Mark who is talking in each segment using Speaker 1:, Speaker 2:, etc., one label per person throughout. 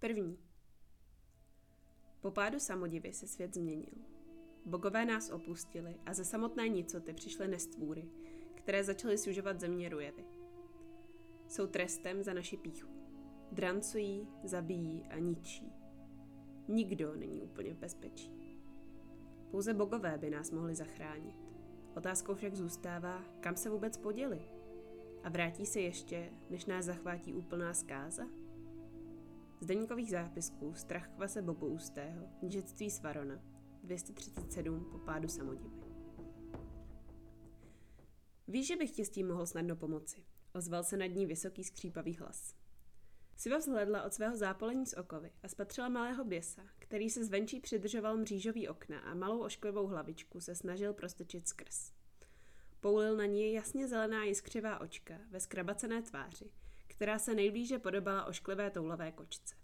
Speaker 1: 1. Po pádu Samodivy se svět změnil. Bogové nás opustili a ze samotné nicoty přišly nestvůry, které začaly sužovat země Rujevy. Jsou trestem za naši pýchu. Drancují, zabíjí a ničí. Nikdo není úplně v bezpečí. Pouze bogové by nás mohli zachránit. Otázkou však zůstává, kam se vůbec poděli. A vrátí se ještě, než nás zachvátí úplná zkáza? Z deníkových zápisků Strach kvase bogoustého, knížectví Svarona, 237 po pádu Samodivy. Víš, že bych ti s tím mohl snadno pomoci, ozval se nad ní vysoký skřípavý hlas. Siva vzhlédla od svého zápolení z okovy a spatřila malého běsa, který se zvenčí přidržoval mřížový okna a malou ošklivou hlavičku se snažil prostrčit skrz. Poulil na ní jasně zelená jiskřivá očka ve skrabacené tváři, která se nejblíže podobala ošklivé toulavé kočce.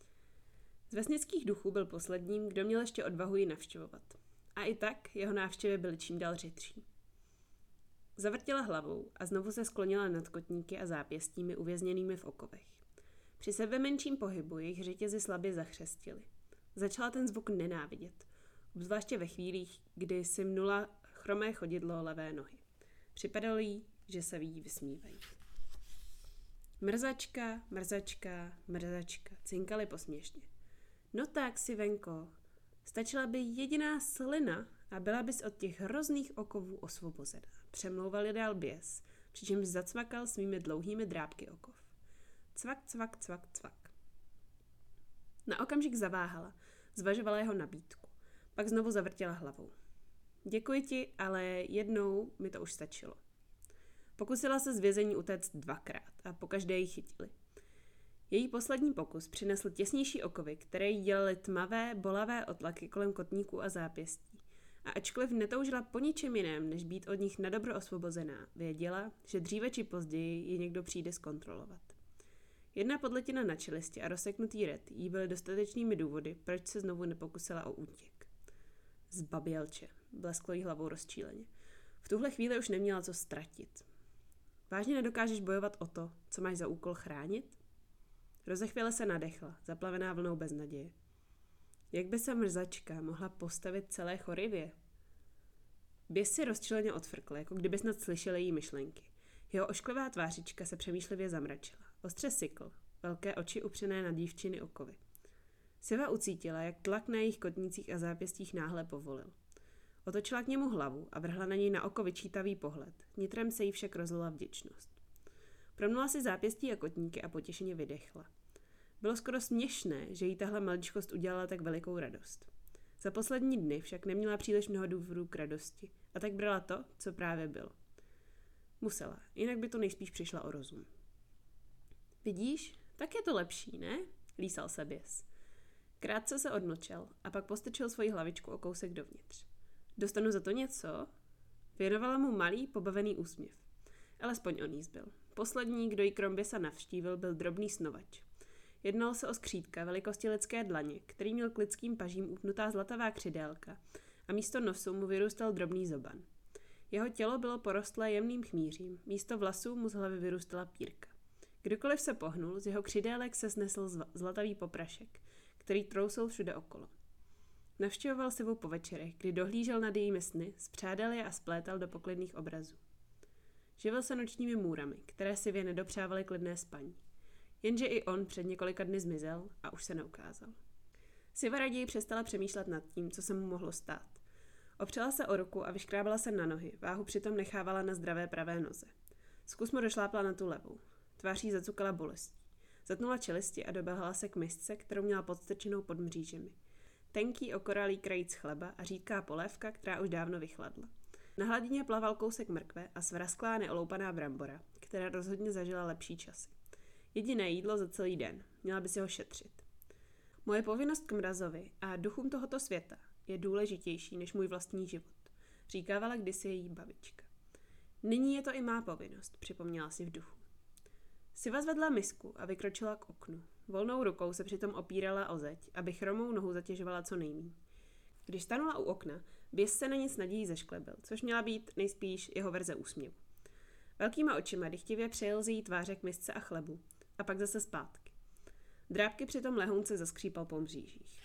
Speaker 1: Z vesnických duchů byl posledním, kdo měl ještě odvahu ji navštěvovat. A i tak jeho návštěvy byly čím dál řidší. Zavrtěla hlavou a znovu se sklonila nad kotníky a zápěstími uvězněnými v okovech. Při sebe menším pohybu jejich řetězy slabě zachřestily. Začala ten zvuk nenávidět, obzvláště ve chvílích, kdy si mnula chromé chodidlo levé nohy. Připadalo jí, že se jí vysmívají. Mrzačka, mrzačka, mrzačka, cinkali posměšně. No tak si, venko, stačila by jediná slina a byla bys od těch hrozných okovů osvobozená. Přemlouval dál běs, přičemž zacvakal svými dlouhými drápky okov. Cvak, cvak, cvak, cvak. Na okamžik zaváhala, zvažovala jeho nabídku. Pak znovu zavrtěla hlavou. Děkuji ti, ale jednou mi to už stačilo. Pokusila se z vězení utéct 2krát a pokaždé ji chytili. Její poslední pokus přinesl těsnější okovy, které jí dělaly tmavé, bolavé otlaky kolem kotníků a zápěstí. A ačkoliv netoužila po ničem jiném, než být od nich nadobro osvobozená, věděla, že dříve či později ji někdo přijde zkontrolovat. Jedna podletina na čelisti a rozseknutý ret jí byly dostatečnými důvody, proč se znovu nepokusila o útěk. Zbabělče, blesklo jí hlavou rozčíleně. V tuhle chvíli už neměla co ztratit. Vážně nedokážeš bojovat o to, co máš za úkol chránit? Rozechvěle se nadechla, zaplavená vlnou beznaděje. Jak by se mrzačka mohla postavit celé Chorivě? Běs si rozčileně odfrkl, jako kdyby snad slyšel její myšlenky. Jeho ošklivá tvářička se přemýšlivě zamračila. Ostře sykl, velké oči upřené na dívčiny okovy. Siva ucítila, jak tlak na jejich kotnících a zápěstích náhle povolil. Otočila k němu hlavu a vrhla na něj na oko vyčítavý pohled. Nitrem se jí však rozlila vděčnost. Promnula si zápěstí a kotníky a potěšeně vydechla. Bylo skoro směšné, že jí tahle maličkost udělala tak velikou radost. Za poslední dny však neměla příliš mnoho důvodů k radosti a tak brala to, co právě bylo. Musela, jinak by to nejspíš přišla o rozum. Vidíš, tak je to lepší, ne? Lísal se běs. Krátce se odmlčel a pak postrčil svoji hlavičku o kousek dovnitř. Dostanu za to něco? Věnovala mu malý, pobavený úsměv. Alespoň on jí zbyl. Poslední, kdo jí krom běsa navštívil, byl drobný snovač. Jednalo se o skřídka velikosti lidské dlaně, který měl k lidským pažím upnutá zlatavá křidélka a místo nosu mu vyrůstal drobný zoban. Jeho tělo bylo porostlé jemným chmířím, místo vlasů mu z hlavy vyrůstala pírka. Kdykoliv se pohnul, z jeho křidélek se snesl zlatavý poprašek, který trousil všude okolo. Navštěvoval Sivu po večerech, kdy dohlížel nad jejími sny, spřádal je a splétal do poklidných obrazů. Živil se nočními můrami, které Sivě nedopřávaly klidné spaní. Jenže i on před několika dny zmizel a už se neukázal. Siva raději přestala přemýšlet nad tím, co se mu mohlo stát. Opřela se o ruku a vyškrábala se na nohy, váhu přitom nechávala na zdravé pravé noze. Zkusmo došlápla na tu levou. Tváří zacukala bolestí. Zatnula čelisti a doběhla se k misce, kterou měla podstrčenou pod mřížemi. Tenký okoralý krajíc chleba a řídká polévka, která už dávno vychladla. Na hladině plaval kousek mrkve a svrasklá neoloupaná brambora, která rozhodně zažila lepší časy. Jediné jídlo za celý den, měla by si ho šetřit. Moje povinnost k mrazovi a duchům tohoto světa je důležitější než můj vlastní život, říkávala kdysi její babička. Nyní je to i má povinnost, připomněla si v duchu. Siva zvedla misku a vykročila k oknu. Volnou rukou se přitom opírala o zeď, aby chromou nohu zatěžovala co nejmíň. Když stanula u okna, běs se na nic nadějí zašklebil, což měla být nejspíš jeho verze úsměvu. Velkýma očima dychtivě přejel z její tváře k misce a chlebu a pak zase zpátky. Drápky přitom lehounce zaskřípal po mřížích.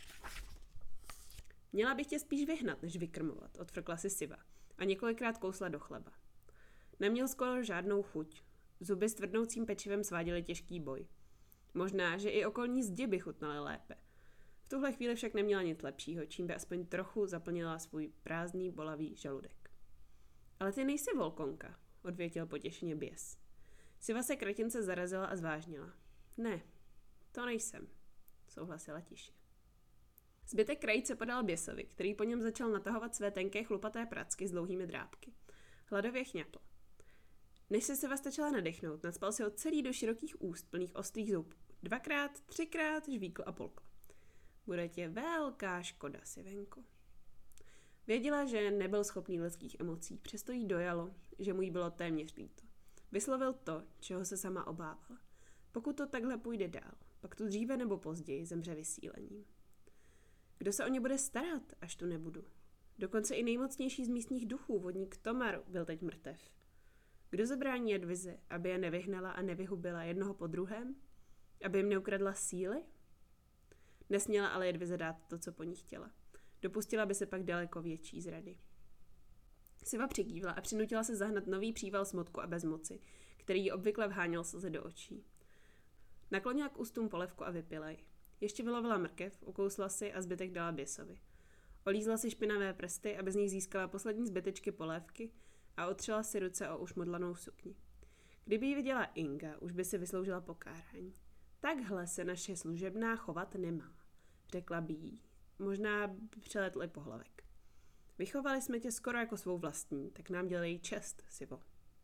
Speaker 1: Měla bych tě spíš vyhnat, než vykrmovat, odfrkla si Siva a několikrát kousla do chleba. Neměl skoro žádnou chuť. Zuby s tvrdnoucím pečivem sváděly těžký boj. Možná, že i okolní zdi by chutnaly lépe. V tuhle chvíli však neměla nic lepšího, čím by aspoň trochu zaplnila svůj prázdný, bolavý žaludek. Ale ty nejsi volkonka, odvětil potěšeně běs. Siva se kratince zarazila a zvážnila. Ne, to nejsem, souhlasila tiše. Zbytek krajice podal běsovi, který po něm začal natahovat své tenké chlupaté pracky s dlouhými drápky. Hladově chňapl. Než se Siva stačila nadechnout, nacpal si ho celý do širokých úst, plných ostrých zoubů. 2x, 3x žvíkl a polkl. Bude tě velká škoda, Sivenko. Věděla, že nebyl schopný lidských emocí, přesto jí dojalo, že mu jí bylo téměř líto. Vyslovil to, čeho se sama obávala. Pokud to takhle půjde dál, pak tu dříve nebo později zemře vysílením. Kdo se o ně bude starat, až tu nebudu? Dokonce i nejmocnější z místních duchů, vodník Tomar, byl teď mrtev. Kdo zabrání Jedvize, aby je nevyhnala a nevyhubila jednoho po druhém? Aby jim neukradla síly? Nesměla ale Jedvize dát to, co po ní chtěla. Dopustila by se pak daleko větší zrady. Siva přikývla a přinutila se zahnat nový příval smutku a bezmoci, který ji obvykle vháněl slzy do očí. Naklonila k ústům polevku a vypila ji. Ještě vylovila mrkev, ukousla si a zbytek dala běsovi. Olízla si špinavé prsty, aby z nich získala poslední zbytečky polévky a otřela si ruce o ušmodlanou sukni. Kdyby ji viděla Inga, už by si vysloužila pokárání. Takhle se naše služebná chovat nemá, řekla by jí. Možná přeletl pohlavek. Vychovali jsme tě skoro jako svou vlastní, tak nám dělej čest, Sivo.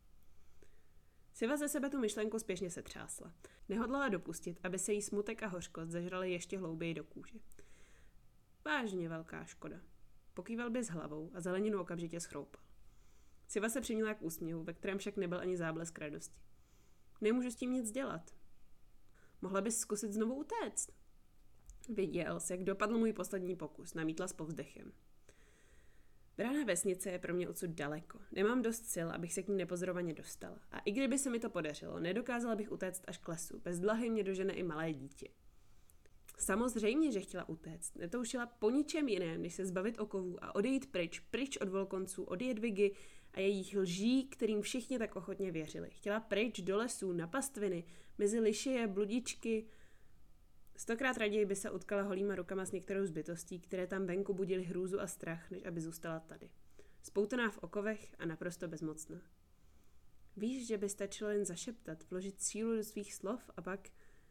Speaker 1: Siva ze sebe tu myšlenku spěšně setřásla. Nehodlala dopustit, aby se jí smutek a hořkost zažraly ještě hlouběji do kůže. Vážně velká škoda. Pokýval by s hlavou a zeleninu okamžitě schroupal. Siva se přiměla k úsměvu, ve kterém však nebyl ani záblesk radosti. Nemůžu s tím nic dělat. Mohla bys zkusit znovu utéct. Viděl jsi, jak dopadl můj poslední pokus, namítla s povzdechem. Brána vesnice je pro mě odsud daleko. Nemám dost sil, abych se k ní nepozorovaně dostala. A i kdyby se mi to podařilo, nedokázala bych utéct až k lesu. Bez dlahy mě dožene i malé dítě. Samozřejmě, že chtěla utéct. Netoušila po ničem jiném, než se zbavit okovů a odejít pryč od volkonců, od Jedvigy a jejich lží, kterým všichni tak ochotně věřili. Chtěla pryč do lesů, na pastviny, mezi lišeje, bludičky. 100krát raději by se utkala holýma rukama s některou z bytostí, které tam venku budily hrůzu a strach, než aby zůstala tady. Spoutaná v okovech a naprosto bezmocná. Víš, že by stačilo jen zašeptat, vložit sílu do svých slov a pak...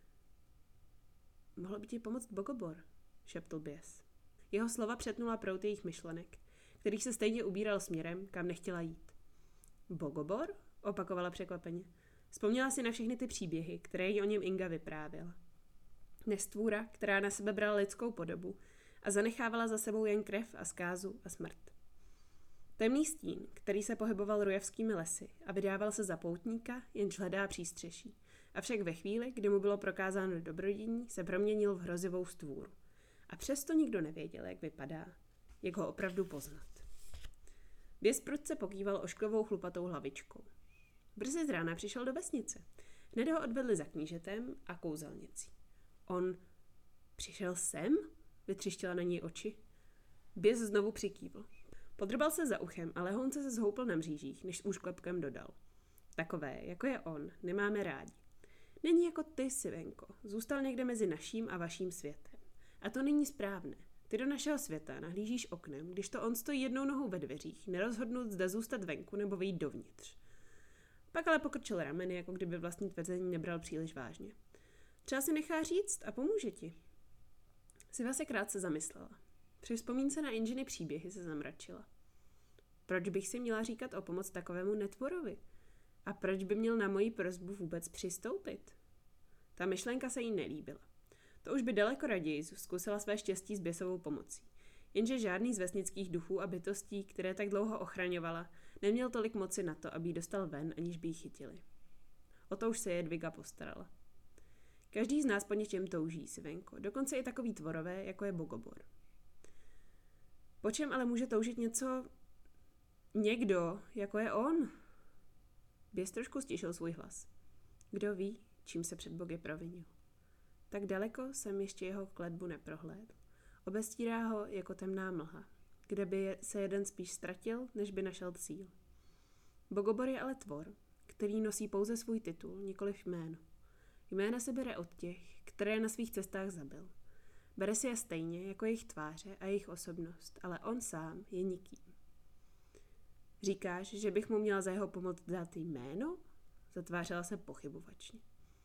Speaker 1: Mohl by ti pomoct Bogobor, šeptl běs. Jeho slova přetnula proud jejich myšlenek, kterých se stejně ubíral směrem, kam nechtěla jít. Bogobor? Opakovala překvapeně. Vzpomněla si na všechny ty příběhy, které jí o něm Inga vyprávěla. Nestvůra, která na sebe brala lidskou podobu a zanechávala za sebou jen krev a zkázu a smrt. Temný stín, který se pohyboval rujevskými lesy a vydával se za poutníka, jenž hledá přístřeší. Avšak ve chvíli, kdy mu bylo prokázáno dobrodění, se proměnil v hrozivou stvůru. A přesto nikdo nevěděl, jak vypadá, jak ho opravdu poznat. Běs prudce pokýval ošklivou chlupatou hlavičkou. Brzy z rána přišel do vesnice. Hned ho odvedli za knížetem a kouzelnicí. On přišel sem? Vytřištila na něj oči. Běs znovu přikývl. Podrbal se za uchem a lehonce se zhoupl na mřížích, než s úšklepkem dodal. Takové, jako je on, nemáme rádi. Není jako ty, Sivenko. Zůstal někde mezi naším a vaším světem. A to není správné. Ty do našeho světa nahlížíš oknem, když to on stojí jednou nohou ve dveřích, nerozhodnut, zda zůstat venku nebo vyjít dovnitř. Pak ale pokrčil rameny, jako kdyby vlastní tvrzení nebral příliš vážně. Třeba si nechá říct a pomůže ti. Siva se krátce zamyslela. Při vzpomínce na Inžiny příběhy se zamračila. Proč bych si měla říkat o pomoc takovému netvorovi? A proč by měl na moji prosbu vůbec přistoupit? Ta myšlenka se jí nelíbila. To už by daleko raději zkusila své štěstí s běsovou pomocí. Jenže žádný z vesnických duchů a bytostí, které tak dlouho ochraňovala, neměl tolik moci na to, aby ji dostal ven, aniž by ji chytili. O to už se Jedviga postarala. Každý z nás po něčem touží, Sivenko, dokonce i takový tvorové, jako je Bogobor. Po čem ale může toužit někdo, jako je on? Běs trošku stišil svůj hlas. Kdo ví, čím se před Bogy provinil. Tak daleko jsem ještě jeho kletbu neprohlédl. Obestírá ho jako temná mlha, kde by se jeden spíš ztratil, než by našel cíl. Bogobor je ale tvor, který nosí pouze svůj titul, nikoliv jméno. Jména se bere od těch, které na svých cestách zabil. Bere si je stejně jako jejich tváře a jejich osobnost, ale on sám je nikým. Říkáš, že bych mu měla za jeho pomoc dát jméno? Zatvářela se pochybovačně.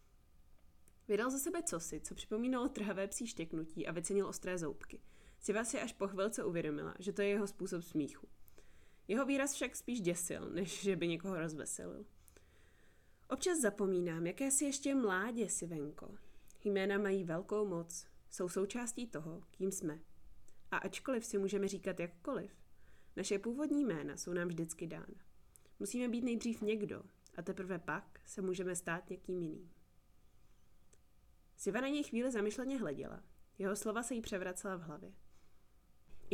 Speaker 1: Vydal za sebe cosi, co připomínalo trhavé psí štěknutí a vycenil ostré zoubky. Siva si až po chvilce uvědomila, že to je jeho způsob smíchu. Jeho výraz však spíš děsil, než že by někoho rozveselil. Občas zapomínám, jaké si ještě mládě, Sivenko. Jména mají velkou moc, jsou součástí toho, kým jsme. A ačkoliv si můžeme říkat jakkoliv, naše původní jména jsou nám vždycky dána. Musíme být nejdřív někdo a teprve pak se můžeme stát někým jiným. Siva na něj chvíli zamyšleně hleděla. Jeho slova se jí převracela v hlavě. I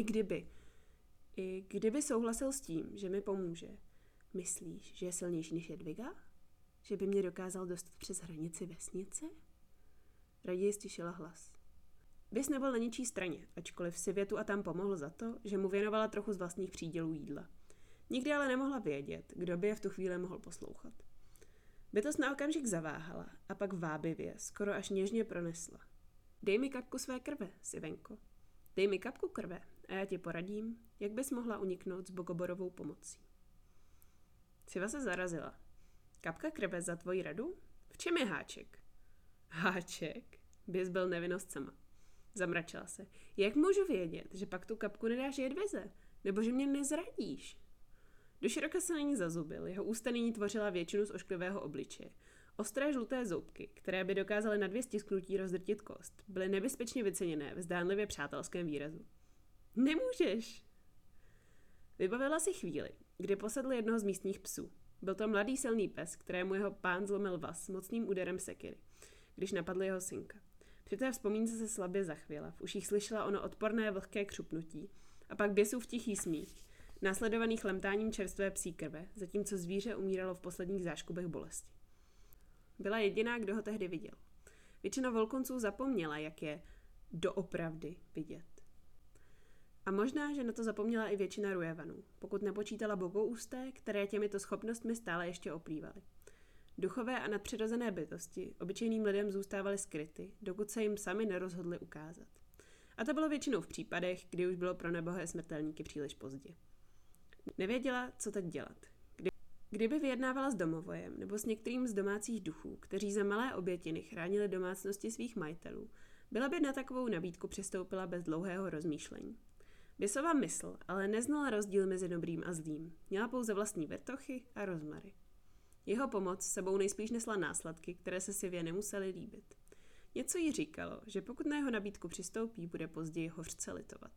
Speaker 1: kdyby souhlasil s tím, že mi pomůže, myslíš, že je silnější než Jadviga? Že by mě dokázal dostat přes hranici vesnice? Raději stišila hlas. Bys nebyl na ničí straně, ačkoliv Sivě tu a tam pomohl za to, že mu věnovala trochu z vlastních přídělů jídla. Nikdy ale nemohla vědět, kdo by je v tu chvíli mohl poslouchat. Bytost na okamžik zaváhala a pak vábivě, skoro až něžně pronesla. Dej mi kapku své krve, Sivenko. Dej mi kapku krve a já ti poradím, jak bys mohla uniknout s Bogoborovou pomocí. Siva se zarazila. Kapka krve za tvoji radu? V čem je háček? Háček? Bys byl nevinnost sama. Zamračila se. Jak můžu vědět, že pak tu kapku nedáš Jedvize? Nebo že mě nezradíš? Doširoka se na ní zazubil, jeho ústa nyní tvořila většinu z ošklivého obličeje. Ostré žluté zoubky, které by dokázaly na 2 stisknutí rozdrtit kost, byly nebezpečně vyceněné v zdánlivě přátelském výrazu. Nemůžeš! Vybavila si chvíli, kdy posedl jednoho z místních psů. Byl to mladý silný pes, kterému jeho pán zlomil vaz mocným úderem sekyry, když napadl jeho synka. Při té vzpomínce se slabě zachvěla, v uších slyšela ono odporné vlhké křupnutí a pak běsův tichý smích, následovaný chlemtáním čerstvé psí krve, zatímco zvíře umíralo v posledních záškubech bolesti. Byla jediná, kdo ho tehdy viděl. Většina volkonců zapomněla, jak je doopravdy vidět. A možná, že na to zapomněla i většina Rujevanů, pokud nepočítala bogousté, které těmito schopnostmi stále ještě oplývaly. Duchové a nadpřirozené bytosti obyčejným lidem zůstávaly skryty, dokud se jim sami nerozhodli ukázat. A to bylo většinou v případech, kdy už bylo pro nebohé smrtelníky příliš pozdě. Nevěděla, co teď dělat. Kdyby vyjednávala s domovojem nebo s některým z domácích duchů, kteří za malé obětiny chránili domácnosti svých majitelů, byla by na takovou nabídku přistoupila bez dlouhého rozmýšlení. Běsova mysl ale neznala rozdíl mezi dobrým a zlým. Měla pouze vlastní vertochy a rozmary. Jeho pomoc sebou nejspíš nesla následky, které se Sivě nemusely líbit. Něco jí říkalo, že pokud na jeho nabídku přistoupí, bude později hořce litovat.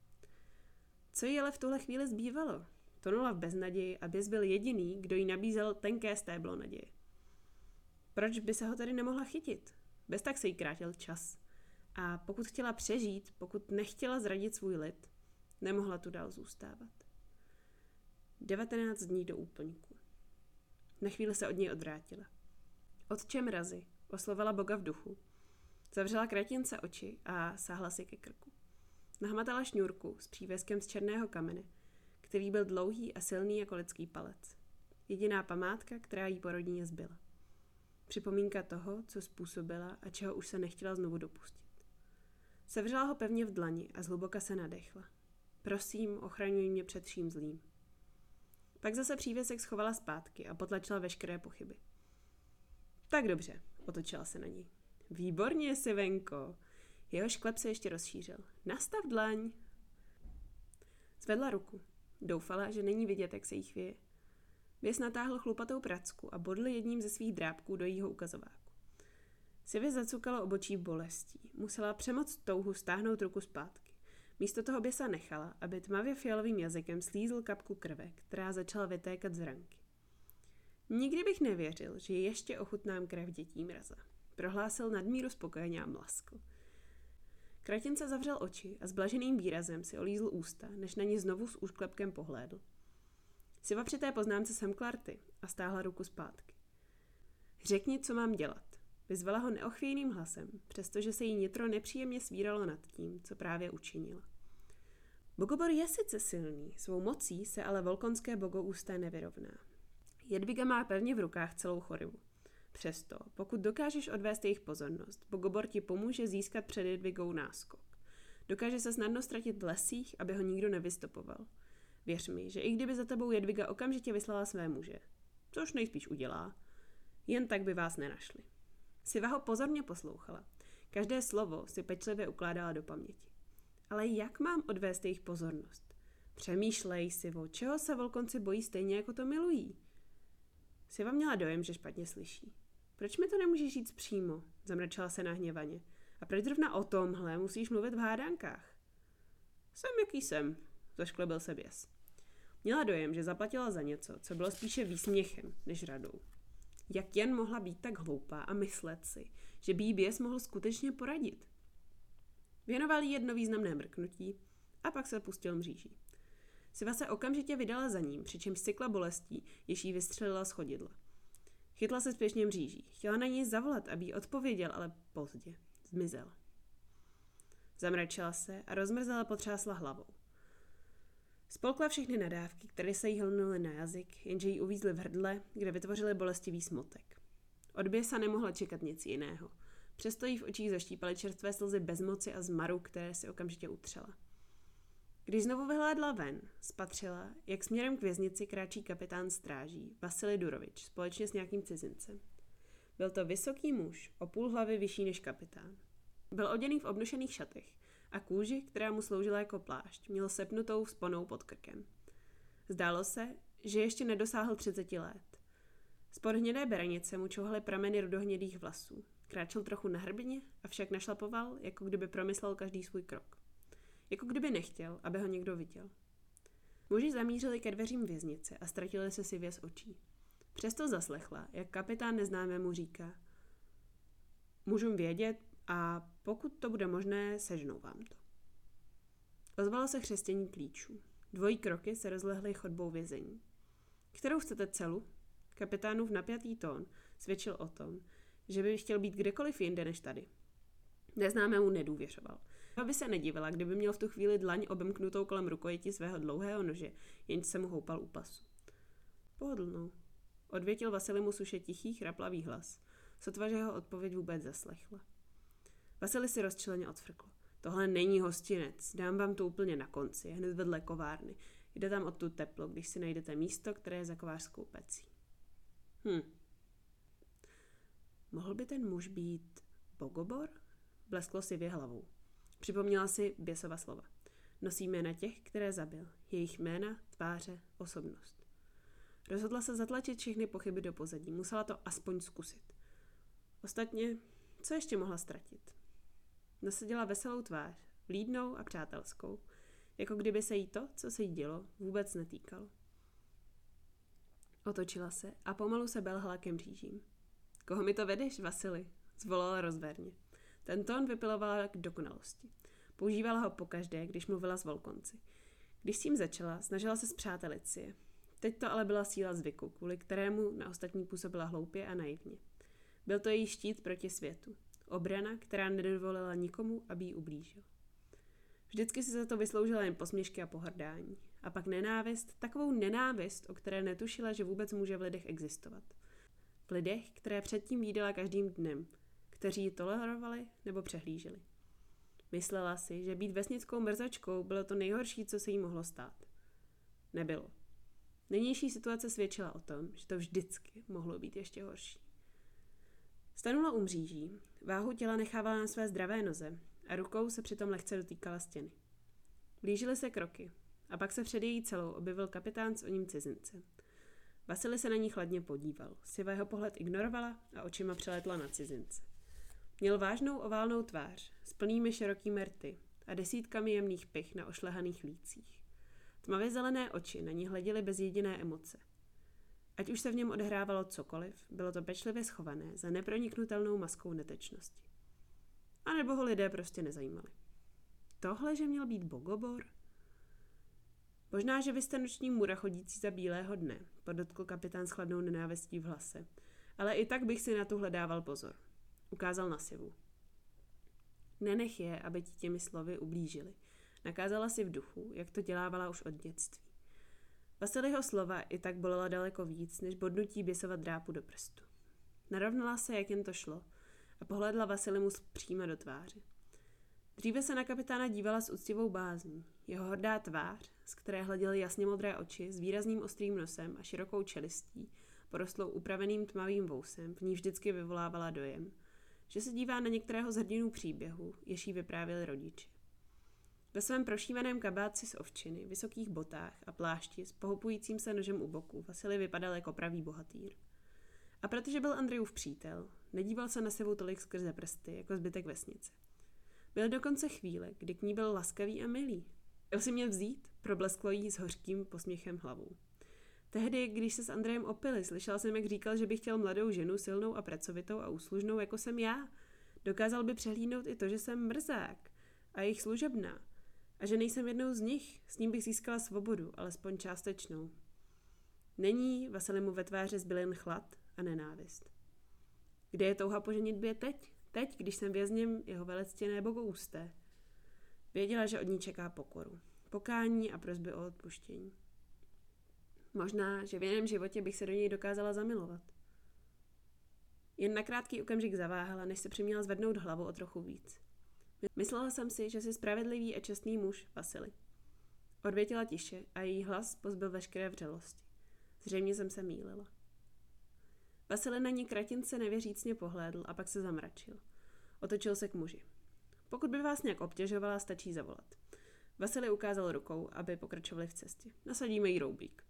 Speaker 1: Co jí ale v tuhle chvíli zbývalo? Tonula v beznaději a Běs byl jediný, kdo jí nabízel tenké stéblo naděje. Proč by se ho tedy nemohla chytit? Bez tak se jí krátil čas. A pokud chtěla přežít, pokud nechtěla zradit svůj lid, nemohla tu dál zůstávat. 19 dní do úplňku. Na chvíli se od něj odvrátila. Otče mrazy, oslovila Boga v duchu. Zavřela kratince oči a sáhla si ke krku. Nahmatala šňůrku s přívěskem z černého kamene, který byl dlouhý a silný jako lidský palec. Jediná památka, která jí po rodině zbyla. Připomínka toho, co způsobila a čeho už se nechtěla znovu dopustit. Sevřela ho pevně v dlani a zhluboka se nadechla. Prosím, ochraňuj mě před vším zlým. Pak zase přívěsek schovala zpátky a potlačila veškeré pochyby. Tak dobře, otočila se na něj. Výborně, Sivenko. Jeho šklep se ještě rozšířil. Nastav dlaň. Zvedla ruku. Doufala, že není vidět, jak se jí chvěje. Běs natáhl chlupatou pracku a bodl jedním ze svých drápků do jejího ukazováku. Sivě zacukalo obočí bolestí. Musela přemoc touhu stáhnout ruku zpátky. Místo toho Běsa nechala, aby tmavě fialovým jazykem slízl kapku krve, která začala vytékat z ranky. Nikdy bych nevěřil, že ještě ochutnám krev dětí mraza. Prohlásil nadmíru spokojeně a mlaskl. Kratince zavřel oči a s blaženým výrazem si olízl ústa, než na ní znovu s úšklepkem pohlédl. Siva při té poznámce semkla rty a stáhla ruku zpátky. Řekni, co mám dělat. Vyzvala ho neochvějným hlasem, přestože se jí nitro nepříjemně svíralo nad tím, co právě učinila. Bogobor je sice silný, svou mocí se ale volkonské bogoústé nevyrovná. Jadviga má pevně v rukách celou chorivu. Přesto, pokud dokážeš odvést jejich pozornost, Bogobor ti pomůže získat před Jadvigou náskok. Dokáže se snadno ztratit v lesích, aby ho nikdo nevystopoval. Věř mi, že i kdyby za tebou Jadviga okamžitě vyslala své muže, což nejspíš udělá, jen tak by vás nenašli. Siva ho pozorně poslouchala. Každé slovo si pečlivě ukládala do paměti. Ale jak mám odvést jejich pozornost? Přemýšlej, Sivo, čeho se volkonci bojí stejně jako to milují? Siva měla dojem, že špatně slyší. Proč mi to nemůžeš říct přímo? Zamračala se nahněvaně. A proč zrovna o tomhle musíš mluvit v hádankách? Jsem jaký jsem, zašklebil se běs. Měla dojem, že zaplatila za něco, co bylo spíše výsměchem než radou. Jak jen mohla být tak hloupá a myslet si, že by jí běs mohl skutečně poradit? Věnoval jí jedno významné mrknutí a pak se pustil mříží. Siva se okamžitě vydala za ním, přičemž sykla bolestí, jež jí vystřelila z chodidla. Chytla se spěšně mříží. Chtěla na něj zavolat, aby jí odpověděl, ale pozdě. Zmizel. Zamračila se a rozmrzela potřásla hlavou. Spolkla všechny nadávky, které se jí hlnuly na jazyk, jenže jí uvízly v hrdle, kde vytvořily bolestivý smutek. Od běsa nemohla čekat nic jiného. Přesto jí v očích zaštípaly čerstvé slzy bezmoci a zmaru, které si okamžitě utřela. Když znovu vyhlédla ven, spatřila, jak směrem k věznici kráčí kapitán stráží, Vasilij Durovič, společně s nějakým cizincem. Byl to vysoký muž, o půl hlavy vyšší než kapitán. Byl oděný v obnošených šatech a kůži, která mu sloužila jako plášť, měl sepnutou vzponou pod krkem. Zdálo se, že ještě nedosáhl 30 let. Spod hnědé beranice mu čouhaly prameny rudohnědých vlasů. Kráčel trochu na hrbině, avšak našlapoval, jako kdyby promyslel každý svůj krok. Jako kdyby nechtěl, aby ho někdo viděl. Muži zamířili ke dveřím věznice a ztratili se Sivě z očí. Přesto zaslechla, jak kapitán neznámému říká: můžu vědět a pokud to bude možné, sežnou vám to. Ozvalo se chřestění klíčů. Dvojí kroky se rozlehly chodbou vězení. Kterou chcete celu? Kapitánův napjatý tón svědčil o tom, že by chtěl být kdekoliv jinde než tady. Neznámému nedůvěřoval. Aby se nedivila, kdyby měl v tu chvíli dlaň obemknutou kolem rukojeti svého dlouhého nože, jenž se mu houpal u pasu. Pohodlnou. Odvětil Vasilij mu suše tichý, chraplavý hlas. Sotva, že jeho odpověď vůbec zaslechla. Vasilij si rozčileně odfrkl. Tohle není hostinec, dám vám to úplně na konci, hned vedle kovárny. Jde tam odtud teplo, když si najdete místo, které je za kovářskou pecí. Mohl by ten muž být Bogobor? Blesklo Sivě hlavou. Připomněla si běsova slova. Nosí jména těch, které zabil. Jejich jména, tváře, osobnost. Rozhodla se zatlačit všechny pochyby do pozadí. Musela to aspoň zkusit. Ostatně, co ještě mohla ztratit? Nasadila veselou tvář, vlídnou a přátelskou, jako kdyby se jí to, co se jí dělo, vůbec netýkalo. Otočila se a pomalu se belhala ke mřížím. Koho mi to vedeš, Vasilij? Zvolala rozverně. Ten tón vypilovala k dokonalosti. Používala ho pokaždé, když mluvila s volkonci. Když s tím začala, snažila se zpřátelit si je. Teď to ale byla síla zvyku, kvůli kterému na ostatní působila hloupě a naivně. Byl to její štít proti světu. Obrana, která nedovolila nikomu, aby jí ublížil. Vždycky si za to vysloužila jen posměšky a pohrdání. A pak nenávist, takovou nenávist, o které netušila, že vůbec může v lidech existovat. V lidech, které předtím vídala každým dnem, kteří ji tolerovali nebo přehlíželi. Myslela si, že být vesnickou mrzačkou bylo to nejhorší, co se jí mohlo stát. Nebylo. Nynější situace svědčila o tom, že to vždycky mohlo být ještě horší. Stanula u mříží, váhu těla nechávala na své zdravé noze a rukou se přitom lehce dotýkala stěny. Blížily se kroky a pak se před její celou objevil kapitán s oním cizincem. Vasilij se na ní chladně podíval. Siva jeho pohled ignorovala a očima přelétla na cizince. Měl vážnou oválnou tvář s plnými širokými rty a desítkami jemných pich na ošlehaných lících. Tmavě zelené oči na ní hleděly bez jediné emoce. Ať už se v něm odehrávalo cokoliv, bylo to pečlivě schované za neproniknutelnou maskou netečnosti. A nebo ho lidé prostě nezajímali. Tohle, že měl být Bogobor? Možná, že vy jste noční můra chodící za bílého dne, podotkl kapitán s chladnou nenávistí v hlase, ale i tak bych si na tuhle dával pozor. Ukázal na Sivu. Nenech je, aby ti těmi slovy ublížili. Nakázala si v duchu, jak to dělávala už od dětství. Vasiliho slova i tak bolela daleko víc, než bodnutí běsova drápu do prstu. Narovnala se, jak jen to šlo, a pohlédla Vasilimu přímo do tváře. Dříve se na kapitána dívala s úctivou bázní. Jeho hordá tvář, z které hleděly jasně modré oči, s výrazným ostrým nosem a širokou čelistí, porostlou upraveným tmavým vousem, v ní vždycky vyvolávala dojem, že se dívá na některého z hrdinů příběhu, jež jí vyprávěli rodiče. Ve svém prošívaném kabátci z ovčiny, vysokých botách a plášti s pohupujícím se nožem u boku Vasilij vypadal jako pravý bohatýr. A protože byl Andrejův přítel, nedíval se na Sivu tolik skrze prsty, jako zbytek vesnice. Byly dokonce chvíle, kdy k ní byl laskavý a milý. Chtěl si mě vzít, problesklo jí s hořkým posměchem hlavou. Tehdy, když se s Andrejem opili, slyšela jsem, jak říkal, že by chtěl mladou ženu, silnou a pracovitou a úslužnou, jako jsem já. Dokázal by přehlídnout i to, že jsem mrzák a jejich služebná. A že nejsem jednou z nich, s ním bych získala svobodu, alespoň částečnou. Není, Vasilij mu ve tváři zbyl jen chlad a nenávist. Kde je touha po ženitbě teď? Teď, když jsem vězněm jeho velectěné bogoústé. Věděla, že od ní čeká pokoru, pokání a prosby o odpuštění. Možná, že v jiném životě bych se do něj dokázala zamilovat. Jen na krátký okamžik zaváhala, než se přiměla zvednout hlavu o trochu víc. Myslela jsem si, že jsi spravedlivý a čestný muž, Vasilij. Odvětila tiše a její hlas pozbyl veškeré vřelosti. Zřejmě jsem se mýlila. Vasilij na ní kratince nevěřícně pohlédl a pak se zamračil. Otočil se k muži. Pokud by vás nějak obtěžovala, stačí zavolat. Vasilij ukázal rukou, aby pokračovali v cestě. Nasadíme jí roubík.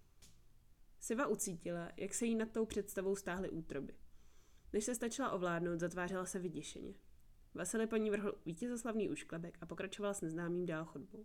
Speaker 1: Siva ucítila, jak se jí nad tou představou stáhly útroby. Než se stačila ovládnout, zatvářela se vyděšeně. Vasilij po ní vrhl vítězoslavný úšklebek a pokračoval s neznámým dál chodbou.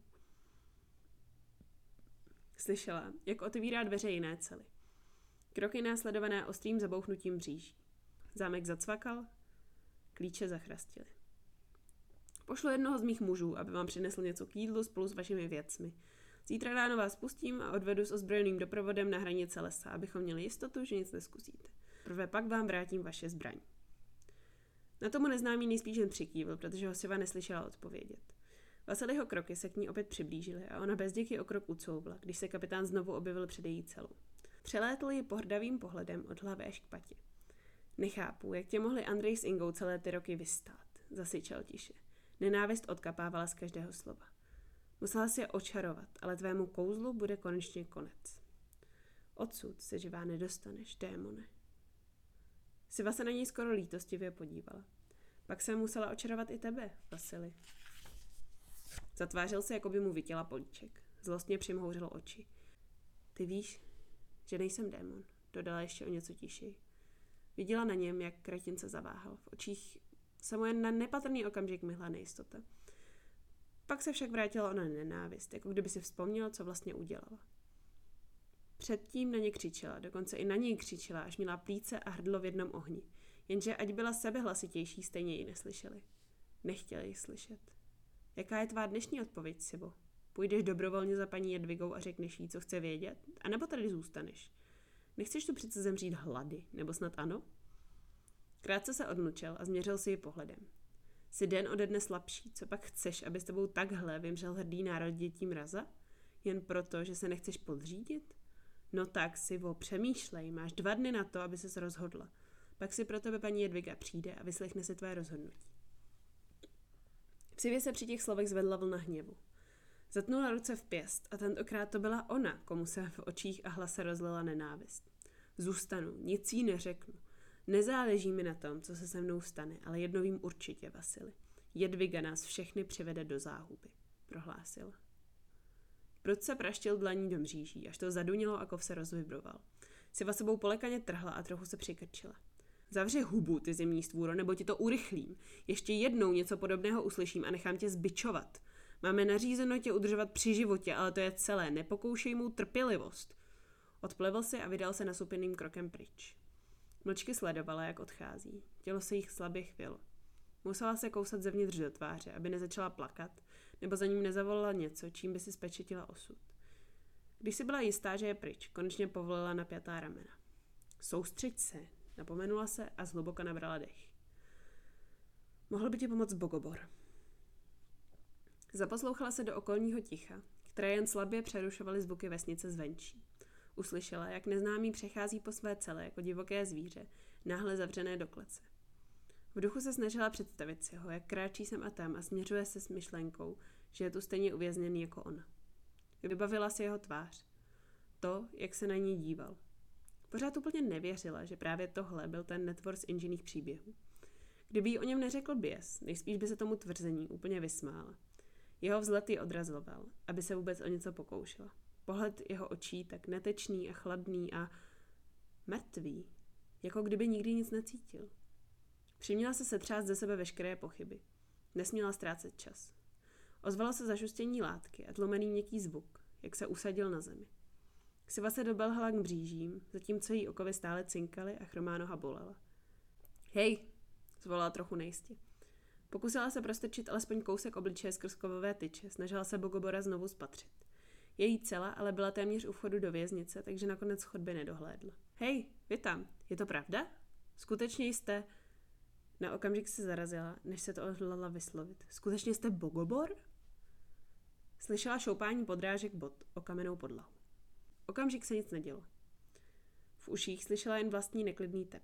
Speaker 1: Slyšela, jak otevírá dveře jiné cely. Kroky následované ostrým zabouchnutím bříží. Zámek zacvakal, klíče zachrastily. Pošlu jednoho z mých mužů, aby vám přinesl něco k jídlu spolu s vašimi věcmi. Zítra ráno vás pustím a odvedu s ozbrojeným doprovodem na hranice lesa, abychom měli jistotu, že nic neskusíte. Prvé pak vám vrátím vaše zbraň. Na tomu neznámý nejspíš jen přikývl, protože ho Siva neslyšela odpovědět. Vasilijho kroky se k ní opět přiblížily a ona bezděky o krok ucouvla, když se kapitán znovu objevil před její celou. Přelétl ji pohrdavým pohledem od hlavy až k patě. Nechápu, jak tě mohli Andrej s Ingou celé ty roky vystát, zasyčel tiše. Nenávist odkapávala z každého slova. Musela si je očarovat, ale tvému kouzlu bude konečně konec. Odsud se živá nedostaneš, démone. Siva se na něj skoro lítostivě podívala. Pak jsem musela očarovat i tebe, Vasilij. Zatvářil se, jako by mu vytěla políček. Zlostně přimhouřil oči. Ty víš, že nejsem démon, dodala ještě o něco tišeji. Viděla na něm, jak kratince zaváhal. V očích se mu jen na nepatrný okamžik myhla nejistota. Pak se však vrátila ona nenávist, jako kdyby si vzpomněla, co vlastně udělala. Předtím na ně křičela, dokonce i na něj křičela, až měla plíce a hrdlo v jednom ohni. Jenže ať byla sebehlasitější, stejně ji neslyšeli. Nechtěli ji slyšet. Jaká je tvá dnešní odpověď, Sivo? Půjdeš dobrovolně za paní Jedvigou a řekneš jí, co chce vědět? A nebo tady zůstaneš? Nechceš tu přece zemřít hlady, nebo snad ano? Krátce se odmlčel a změřil si ji pohledem. Jsi den ode dne slabší, co pak chceš, aby s tebou takhle vymřel hrdý národ dětí mraza? Jen proto, že se nechceš podřídit? No tak, Sivo, přemýšlej, máš 2 dny na to, aby ses rozhodla. Pak si pro tebe paní Jedviga přijde a vyslechne si tvé rozhodnutí. V Sivě se při těch slovech zvedla vlna hněvu. Zatnula ruce v pěst a tentokrát to byla ona, komu se v očích a hlase rozlila nenávist. Zůstanu, nic jí neřeknu. Nezáleží mi na tom, co se se mnou stane, ale jedno vím určitě, Vasilij. Jedviga nás všechny přivede do záhuby, prohlásila. Prud se praštil dlaní do mříží, až to zadunilo a kov se rozvibroval. Siva sebou polekaně trhla a trochu se přikrčila. Zavři hubu, ty zimní stvůro, nebo ti to urychlím. Ještě jednou něco podobného uslyším a nechám tě zbičovat. Máme nařízeno tě udržovat při životě, ale to je celé, nepokoušej mou trpělivost. Odplevl si a vydal se nasupiným krokem pryč. Mlčky sledovala, jak odchází. Tělo se jich slabě chvělo. Musela se kousat zevnitř do tváře, aby nezačala plakat, nebo za ním nezavolala něco, čím by si spečetila osud. Když si byla jistá, že je pryč, konečně povolila napjatá ramena. Soustřeď se, napomenula se a zhluboka nabrala dech. Mohl by ti pomoct Bogobor. Zaposlouchala se do okolního ticha, které jen slabě přerušovaly zvuky vesnice zvenčí. Uslyšela, jak neznámý přechází po své celé jako divoké zvíře, náhle zavřené do klece. V duchu se snažila představit si ho, jak kráčí sem a tam a směřuje se s myšlenkou, že je tu stejně uvězněný jako ona. Vybavila si jeho tvář. To, jak se na ní díval. Pořád úplně nevěřila, že právě tohle byl ten netvor z inženýrních příběhů. Kdyby jí o něm neřekl běs, nejspíš by se tomu tvrzení úplně vysmála. Jeho vzhled ji odrazoval, aby se vůbec o něco pokoušela. Pohled jeho očí tak netečný a chladný a mrtvý, jako kdyby nikdy nic necítil. Přiměla se setřást ze sebe veškeré pochyby. Nesměla ztrácet čas. Ozvalo se zašustění látky a tlumený měkký zvuk, jak se usadil na zemi. Ksiva se dobelhala k mřížím, zatímco jí okovy stále cinkaly a chromá noha bolela. Hej, zvolala trochu nejistě. Pokusila se prostrčit alespoň kousek obličeje skrz kovové tyče, snažila se Bogobora znovu spatřit. Její cela ale byla téměř u vchodu do věznice, takže nakonec chodby nedohlédla. Hej, vy tam, je to pravda? Skutečně jste... Na okamžik se zarazila, než se to odhodlala vyslovit. Skutečně jste Bogobor? Slyšela šoupání podrážek bot o kamennou podlahu. Okamžik se nic nedělo. V uších slyšela jen vlastní neklidný tep.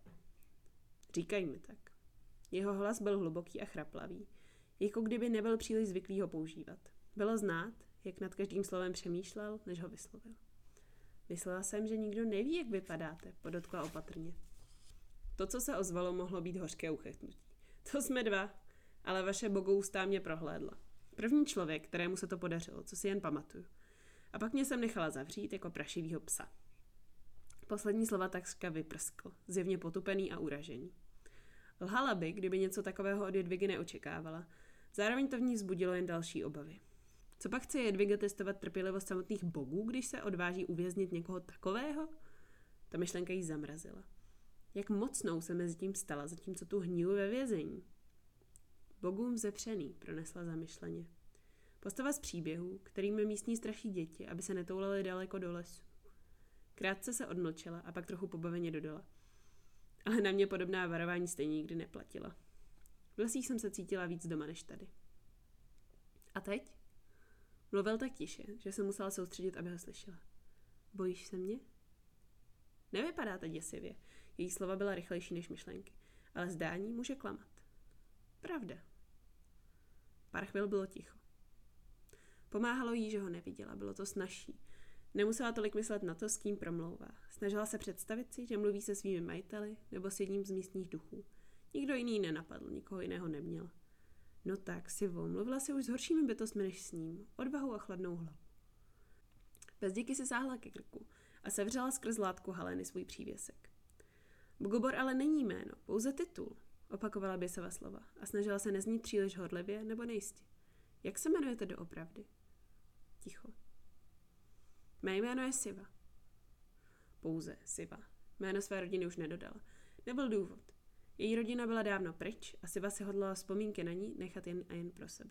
Speaker 1: Říkají mi tak. Jeho hlas byl hluboký a chraplavý, jako kdyby nebyl příliš zvyklý ho používat. Bylo znát, jak nad každým slovem přemýšlel, než ho vyslovil. Myslela jsem, že nikdo neví, jak vypadáte, podotkla opatrně. To, co se ozvalo, mohlo být hořké uchytnutí. To jsme dva, ale vaše bogoustá mě prohlédla. První člověk, kterému se to podařilo, co si jen pamatuju. A pak mě jsem nechala zavřít jako prašivýho psa. Poslední slova takřka vyprskl, zjevně potupený a uražený. Lhala by, kdyby něco takového od Jedvigy neočekávala. Zároveň to v ní vzbudilo jen další obavy. Co pak chce Jedviga testovat trpělivost samotných bogů, když se odváží uvěznit někoho takového? Ta myšlenka jí zamrazila. Jak mocnou se mezi tím stala, zatímco tu hnílu ve vězení. Bogům vzepřený, pronesla zamyšleně. Postava z příběhů, kterými místní straší děti, aby se netoulali daleko do lesu. Krátce se odmlčela a pak trochu pobaveně dodala. Ale na mě podobná varování stejně nikdy neplatila. V lesích jsem se cítila víc doma než tady. A teď? Mluvil tak tiše, že se musela soustředit, aby ho slyšela. Bojíš se mě? Nevypadáte děsivě. Její slova byla rychlejší než myšlenky, ale zdání může klamat. Pravda. Pár chvil bylo ticho. Pomáhalo jí, že ho neviděla, bylo to snazší. Nemusela tolik myslet na to, s kým promlouvá. Snažila se představit si, že mluví se svými majiteli nebo s jedním z místních duchů. Nikdo jiný nenapadl, nikoho jiného neměla. No tak, Sivo, mluvila si už s horšími bytostmi než s ním, odvahou a chladnou hlavu. Bez díky si sáhla ke krku a sevřela skrz látku Haleny svůj přívěsek. Bogobor ale není jméno, pouze titul, opakovala běsova slova a snažila se neznít příliš horlivě nebo nejistě. Jak se jmenujete doopravdy? Ticho. Mé jméno je Siva. Pouze Siva. Jméno své rodiny už nedodala. Nebyl důvod. Její rodina byla dávno pryč a Siva si hodlala vzpomínky na ní nechat jen a jen pro sebe.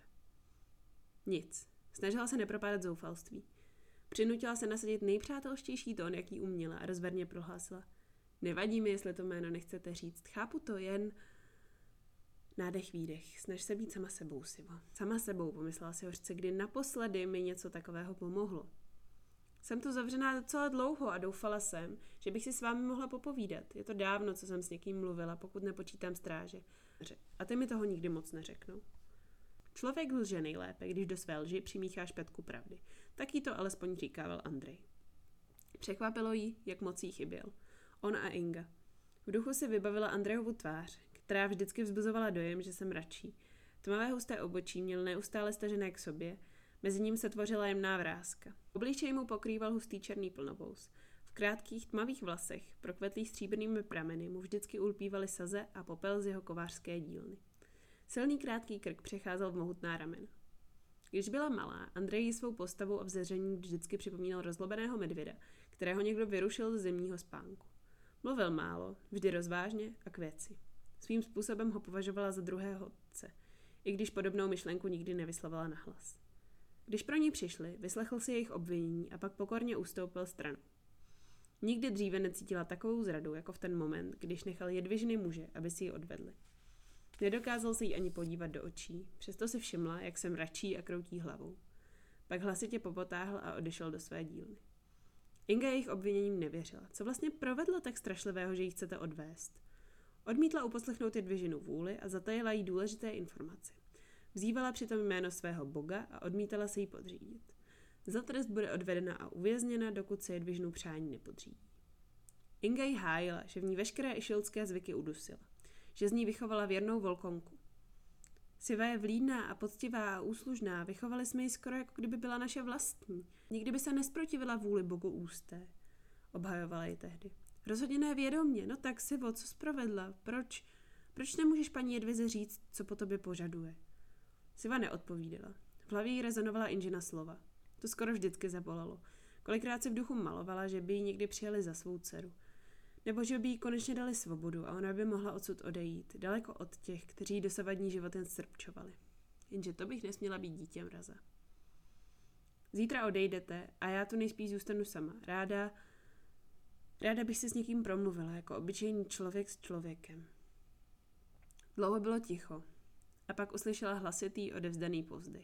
Speaker 1: Nic. Snažila se nepropádat zoufalství. Přinutila se nasadit nejpřátelštější tón, jaký uměla a rozverně prohlásila. Nevadí mi, jestli to jméno nechcete říct. Chápu to, jen... Nádech, výdech. Snaž se být sama sebou, Sivo. Sama sebou, pomyslela si hořce, kdy naposledy mi něco takového pomohlo. Jsem tu zavřená docela dlouho a doufala jsem, že bych si s vámi mohla popovídat. Je to dávno, co jsem s někým mluvila, pokud nepočítám stráže. A ty mi toho nikdy moc neřeknou. Člověk lže nejlépe, když do své lži přimíchá špetku pravdy. Tak jí to alespoň říkával Andrej. Překvapilo jí, jak moc jí chyběl. On a Inga. V duchu si vybavila Andrejovu tvář, která vždycky vzbuzovala dojem, že se mračí. Tmavé husté obočí měl neustále stažené k sobě, mezi ním se tvořila jemná vrázka. Obličej mu pokrýval hustý černý plnovous. V krátkých tmavých vlasech, prokvetlých stříbrnými prameny, mu vždycky ulpívaly saze a popel z jeho kovářské dílny. Silný krátký krk přecházel v mohutná ramena. Když byla malá, Andrej ji svou postavou a vzezřením vždycky připomínal rozlobeného medvěda, kterého někdo vyrušil z zimního spánku. Mluvil málo, vždy rozvážně a k věci. Svým způsobem ho považovala za druhého otce, i když podobnou myšlenku nikdy nevyslovala nahlas. Když pro ní přišli, vyslechl si jejich obvinění a pak pokorně ustoupil stranou. Nikdy dříve necítila takovou zradu, jako v ten moment, když nechal Jedvižiny muže, aby si ji odvedli. Nedokázal se jí ani podívat do očí, přesto si všimla, jak se mračí a kroutí hlavou. Pak hlasitě popotáhl a odešel do své dílny. Inga jejich obviněním nevěřila. Co vlastně provedlo tak strašlivého, že jí chcete odvést? Odmítla uposlechnout Jadvižinu vůli a zatajila jí důležité informace. Vzývala přitom jméno svého boga a odmítala se jí podřídit. Za trest bude odvedena a uvězněna, dokud se Jadvižinu přání nepodřídí. Inga jí hájila, že v ní veškeré išilské zvyky udusila, že z ní vychovala věrnou volkonku. Siva je vlídná a poctivá a úslužná, vychovali jsme ji skoro jako kdyby byla naše vlastní. Nikdy by se nesprotivila vůli bogu ústé. Obhajovala ji tehdy. Rozhodně ne vědomě, no tak Sivo, co zprovedla? Proč nemůžeš paní Jadvize říct, co po tobě požaduje? Siva neodpovídala. V hlavě jí rezonovala Inžina slova. To skoro vždycky zabolalo. Kolikrát si v duchu malovala, že by ji někdy přijali za svou dceru. Nebo že by jí konečně dali svobodu a ona by mohla odsud odejít, daleko od těch, kteří dosavadní život jen strpčovali. Jenže to bych nesměla být dítě mraza. Zítra odejdete a já tu nejspíš zůstanu sama. Ráda bych si s někým promluvila, jako obyčejný člověk s člověkem. Dlouho bylo ticho a pak uslyšela hlasitý, odevzdaný povzdech.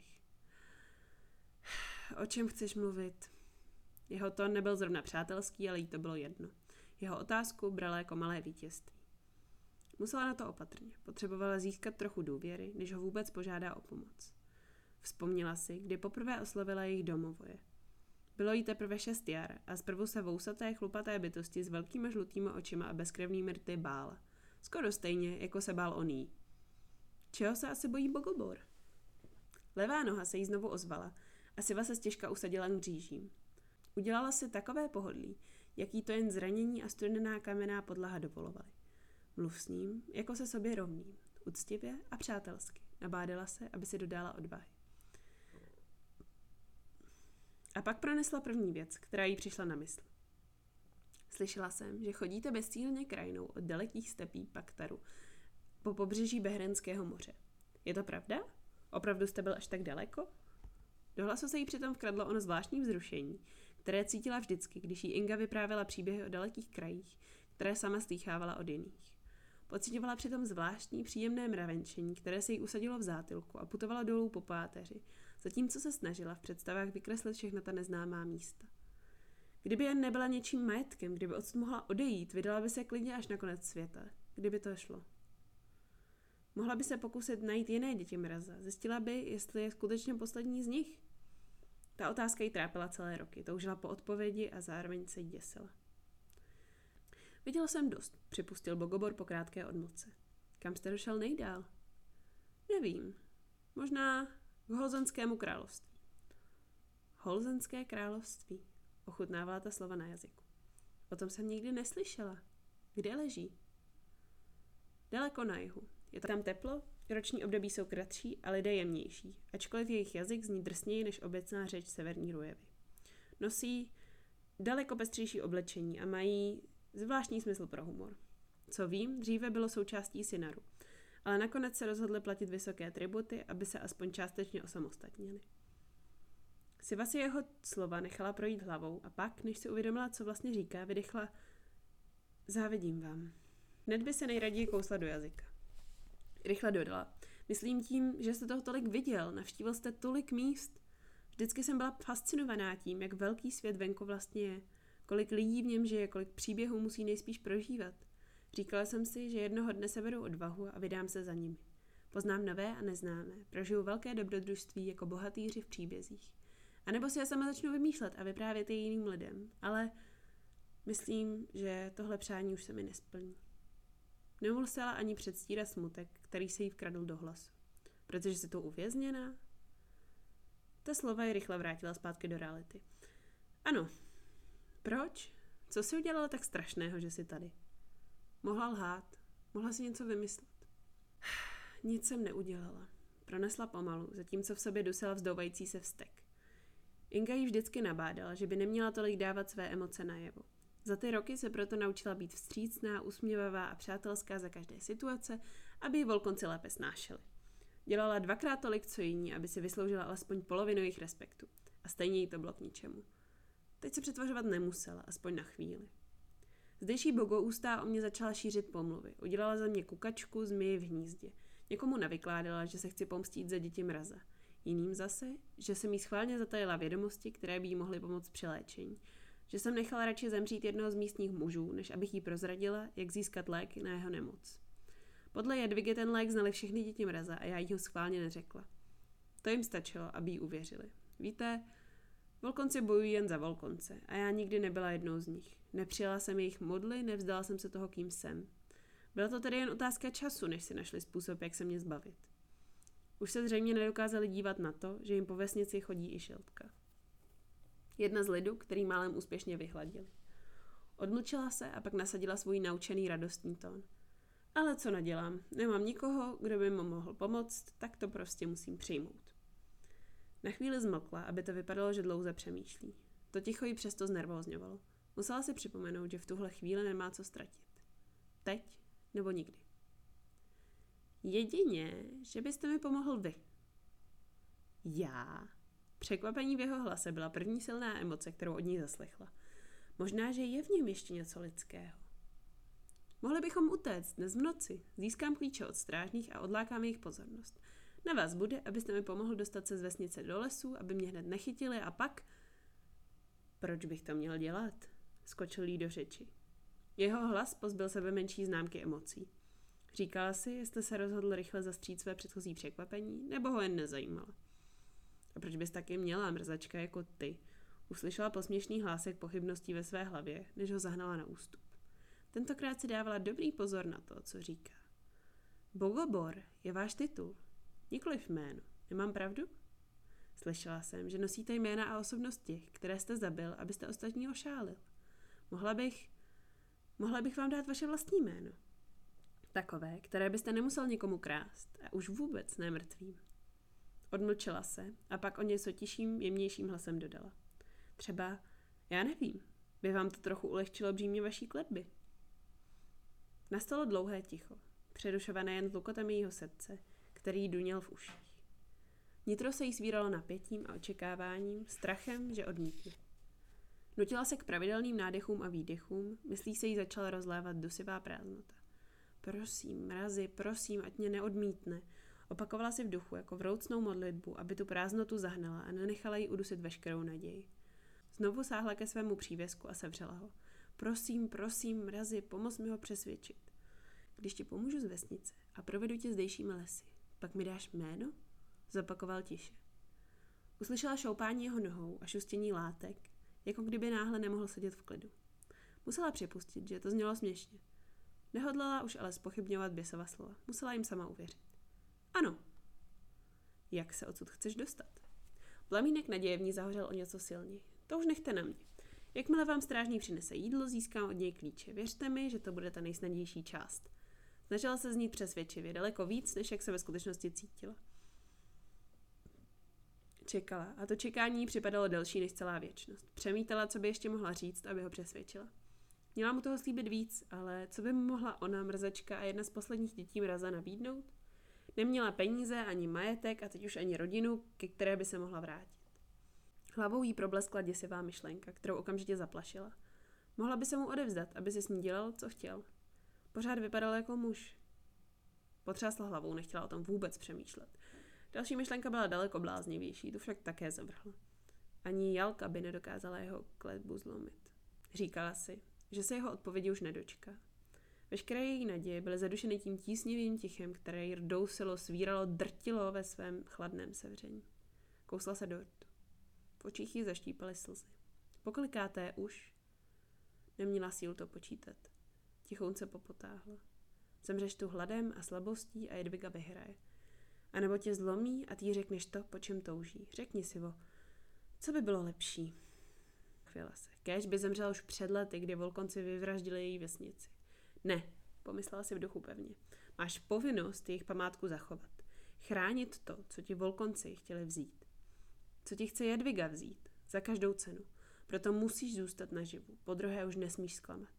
Speaker 1: O čem chceš mluvit? Jeho tón nebyl zrovna přátelský, ale jí to bylo jedno. Jeho otázku brala jako malé vítězství. Musela na to opatrně. Potřebovala získat trochu důvěry, než ho vůbec požádá o pomoc. Vzpomněla si, kdy poprvé oslovila jejich domovoje. Bylo jí teprve 6 jar a zprvu se vousaté chlupaté bytosti s velkými žlutými očima a bezkrevnými rty bála. Skoro stejně, jako se bál on jí. Čeho se asi bojí Bogobor? Levá noha se jí znovu ozvala a Siva se stěžka usadila k mřížím. Udělala si takové pohodlí, jaký to jen zranění a studená kamenná podlaha dovolovaly. Mluv s ním, jako se sobě rovným, uctivě a přátelsky. Nabádala se, aby si dodala odvahy. A pak pronesla první věc, která jí přišla na mysl. Slyšela jsem, že chodíte bezcílně krajinou od dalekých stepí Paktaru po pobřeží Behrenského moře. Je to pravda? Opravdu jste byl až tak daleko? Do hlasu se jí přitom vkradlo ono zvláštní vzrušení, které cítila vždycky, když jí Inga vyprávěla příběhy o dalekých krajích, které sama slýchávala od jiných. Pocitovala přitom zvláštní příjemné mravenčení, které se jí usadilo v zátylku a putovalo dolů po páteři, zatímco se snažila v představách vykreslit všechna ta neznámá místa. Kdyby jen nebyla něčím majetkem, kdyby odsud mohla odejít, vydala by se klidně až na konec světa, kdyby to šlo. Mohla by se pokusit najít jiné děti mraza, zjistila by, jestli je skutečně poslední z nich. Ta otázka jí trápila celé roky, toužila po odpovědi a zároveň se jí děsila. Viděl jsem dost, připustil Bogobor po krátké odmlce. Kam jste došel nejdál? Nevím. Možná k Holzenskému království. Holzenské království, ochutnávala ta slova na jazyku. O tom jsem nikdy neslyšela. Kde leží? Daleko na jihu. Je tam teplo, roční období jsou kratší a lidé jemnější, ačkoliv jejich jazyk zní drsněji než obecná řeč severní Rujevy. Nosí daleko pestřejší oblečení a mají zvláštní smysl pro humor. Co vím, dříve bylo součástí Sinaru, ale nakonec se rozhodli platit vysoké tributy, aby se aspoň částečně osamostatnili. Siva si jeho slova nechala projít hlavou a pak, než si uvědomila, co vlastně říká, vydechla: závidím vám. Hned by se nejraději kousla do jazyka. Rychle dodala: myslím tím, že jste toho tolik viděl, navštívil jste tolik míst. Vždycky jsem byla fascinovaná tím, jak velký svět venku vlastně je, kolik lidí v něm žije, kolik příběhů musí nejspíš prožívat. Říkala jsem si, že jednoho dne seberu odvahu a vydám se za nimi. Poznám nové a neznámé, prožiju velké dobrodružství jako bohatýři v příbězích. A nebo si je sama začnu vymýšlet a vyprávět je jiným lidem, ale myslím, že tohle přání už se mi nesplní. Nemusela ani předstírat smutek, který se jí vkradl do hlasu. Protože jsi tu uvězněná? Ta slova ji rychle vrátila zpátky do reality. Ano. Proč? Co jsi udělala tak strašného, že jsi tady? Mohla lhát. Mohla si něco vymyslet. Nic jsem neudělala. Pronesla pomalu, zatímco v sobě dusila vzdouvající se vztek. Inga jí vždycky nabádala, že by neměla tolik dávat své emoce najevo. Za ty roky se proto naučila být vstřícná, usměvavá a přátelská za každé situace, aby ji volkonci lépe snášeli. Dělala 2krát tolik, co jiní, aby si vysloužila alespoň polovinu jejich respektu. A stejně jí to bylo k ničemu. Teď se přetvařovat nemusela, aspoň na chvíli. Zdejší bogoústá o mě začala šířit pomluvy. Udělala za mě kukačku, zmiji v hnízdě. Někomu navykládala, že se chci pomstít za děti mraza. Jiným zase, že jsem jí schválně zatajila vědomosti, které by jí mohly pomoct při léčení. Že jsem nechala radši zemřít jednoho z místních mužů, než abych jí prozradila, jak získat lék na jeho nemoc. Podle Jadvigy ten lék znali všechny děti mraza a já jí ho schválně neřekla. To jim stačilo, aby jí uvěřili. Víte, volkonci bojují jen za volkonce a já nikdy nebyla jednou z nich. Nepřijala jsem jejich modly, nevzdala jsem se toho, kým jsem. Byla to tedy jen otázka času, než si našli způsob, jak se mě zbavit. Už se zřejmě nedokázali dívat na to, že jim po vesnici chodí i šiltka. Jedna z lidu, který málem úspěšně vyhladili. Odmlčela se a pak nasadila svůj naučený radostný tón. Ale co nadělám, nemám nikoho, kdo by mi mohl pomoct, tak to prostě musím přijmout. Na chvíli zmlkla, aby to vypadalo, že dlouze přemýšlí. To ticho ji přesto znervózňovalo. Musela si připomenout, že v tuhle chvíli nemá co ztratit. Teď nebo nikdy. Jedině, že byste mi pomohl vy. Já? Překvapení v jeho hlase byla první silná emoce, kterou od ní zaslechla. Možná, že je v něm ještě něco lidského. Mohli bychom utéct dnes v noci. Získám klíče od strážných a odlákám jejich pozornost. Na vás bude, abyste mi pomohl dostat se z vesnice do lesu, aby mě hned nechytili a pak... Proč bych to měl dělat? Skočil jí do řeči. Jeho hlas pozbyl sebe menší známky emocí. Říkala si, jestli se rozhodl rychle zastřít své předchozí překvapení, nebo ho jen nezajímalo. A proč bys taky měla, mrzačka jako ty? Uslyšela posměšný hlásek pochybností ve své hlavě, než ho zahnala na ústup. Tentokrát si dávala dobrý pozor na to, co říká. Bogobor je váš titul, nikoliv jméno. Nemám pravdu? Slyšela jsem, že nosíte jména a osobnost těch, které jste zabil, abyste ostatní ošálil. Mohla bych vám dát vaše vlastní jméno. Takové, které byste nemusel nikomu krást a už vůbec ne mrtvým. Odmlčela se a pak o něco tiším, jemnějším hlasem dodala. Třeba, já nevím, by vám to trochu ulehčilo břímě vaší kletby. Nastalo dlouhé ticho, přerušované jen tlukotem jejího srdce, který duněl v uších. Nitro se jí svíralo napětím a očekáváním, strachem, že odmítne. Nutila se k pravidelným nádechům a výdechům, myslí se jí začala rozlévat dusivá prázdnota. Prosím, mrazi, prosím, ať mě neodmítne. Opakovala si v duchu jako vroucnou modlitbu, aby tu prázdnotu zahnala a nenechala jí udusit veškerou naději. Znovu sáhla ke svému přívěsku a sevřela ho. Prosím, prosím, mrazi, pomoz mi ho přesvědčit. Když ti pomůžu z vesnice a provedu tě zdejšími lesy, pak mi dáš jméno? Zopakoval tiše. Uslyšela šoupání jeho nohou a šustění látek, jako kdyby náhle nemohl sedět v klidu. Musela připustit, že to znělo směšně. Nehodlala už ale zpochybňovat běsova slova. Musela jim sama uvěřit. Ano. Jak se odsud chceš dostat? Plamínek naděje v ní zahořel o něco silněji. To už nechte na mě. Jakmile vám strážný přinese jídlo, získám od něj klíče. Věřte mi, že to bude ta nejsnadnější část. Snažila se znít přesvědčivě, daleko víc, než jak se ve skutečnosti cítila. Čekala a to čekání připadalo delší než celá věčnost. Přemítala, co by ještě mohla říct, aby ho přesvědčila. Měla mu toho slíbit víc, ale co by mu mohla ona, mrzačka a jedna z posledních dětí mraza nabídnout? Neměla peníze, ani majetek a teď už ani rodinu, ke které by se mohla vrátit. Hlavou jí probleskla děsivá myšlenka, kterou okamžitě zaplašila. Mohla by se mu odevzdat, aby si s ní dělal, co chtěl. Pořád vypadal jako muž. Potřásla hlavou, nechtěla o tom vůbec přemýšlet. Další myšlenka byla daleko bláznivější, tu však také zavrhla. Ani Jalka by nedokázala jeho kletbu zlomit. Říkala si, že se jeho odpovědi už nedočká. Veškeré její naděje byly zadušeny tím tísnivým tichem, které ji rdousilo, svíralo, drtilo ve svém chladném sevření. Kousla se do rtu. V očích jí zaštípaly slzy. Pokolikáté už? Neměla sílu to počítat. Tichounce popotáhla. Zemřeš tu hladem a slabostí a Jadviga vyhraje. A nebo tě zlomí a ty řekneš to, po čem touží. Řekni si co by bylo lepší? Chvěla se. Kéž by zemřela už před lety, kdy volkonci vyvraždili její vesnici. Ne, pomyslela si v duchu pevně. Máš povinnost jejich památku zachovat. Chránit to, co ti volkonci chtěli vzít. Co ti chce Jadviga vzít. Za každou cenu. Proto musíš zůstat naživu. Podruhé už nesmíš zklamat.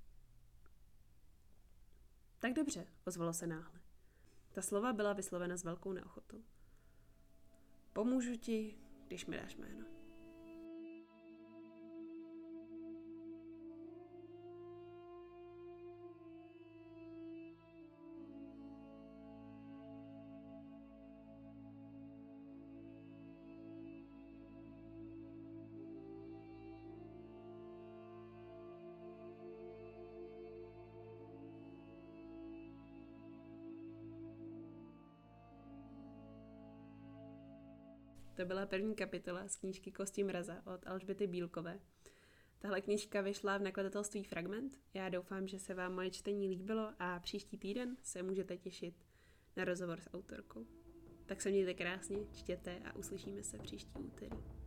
Speaker 1: Tak dobře, ozvalo se náhle. Ta slova byla vyslovena s velkou neochotou. Pomůžu ti, když mi dáš jméno. To byla první kapitola z knížky Kosti mraza od Alžběty Bílkové. Tahle knížka vyšla v nakladatelství Fragment. Já doufám, že se vám moje čtení líbilo a příští týden se můžete těšit na rozhovor s autorkou. Tak se mějte krásně, čtěte a uslyšíme se příští úterý.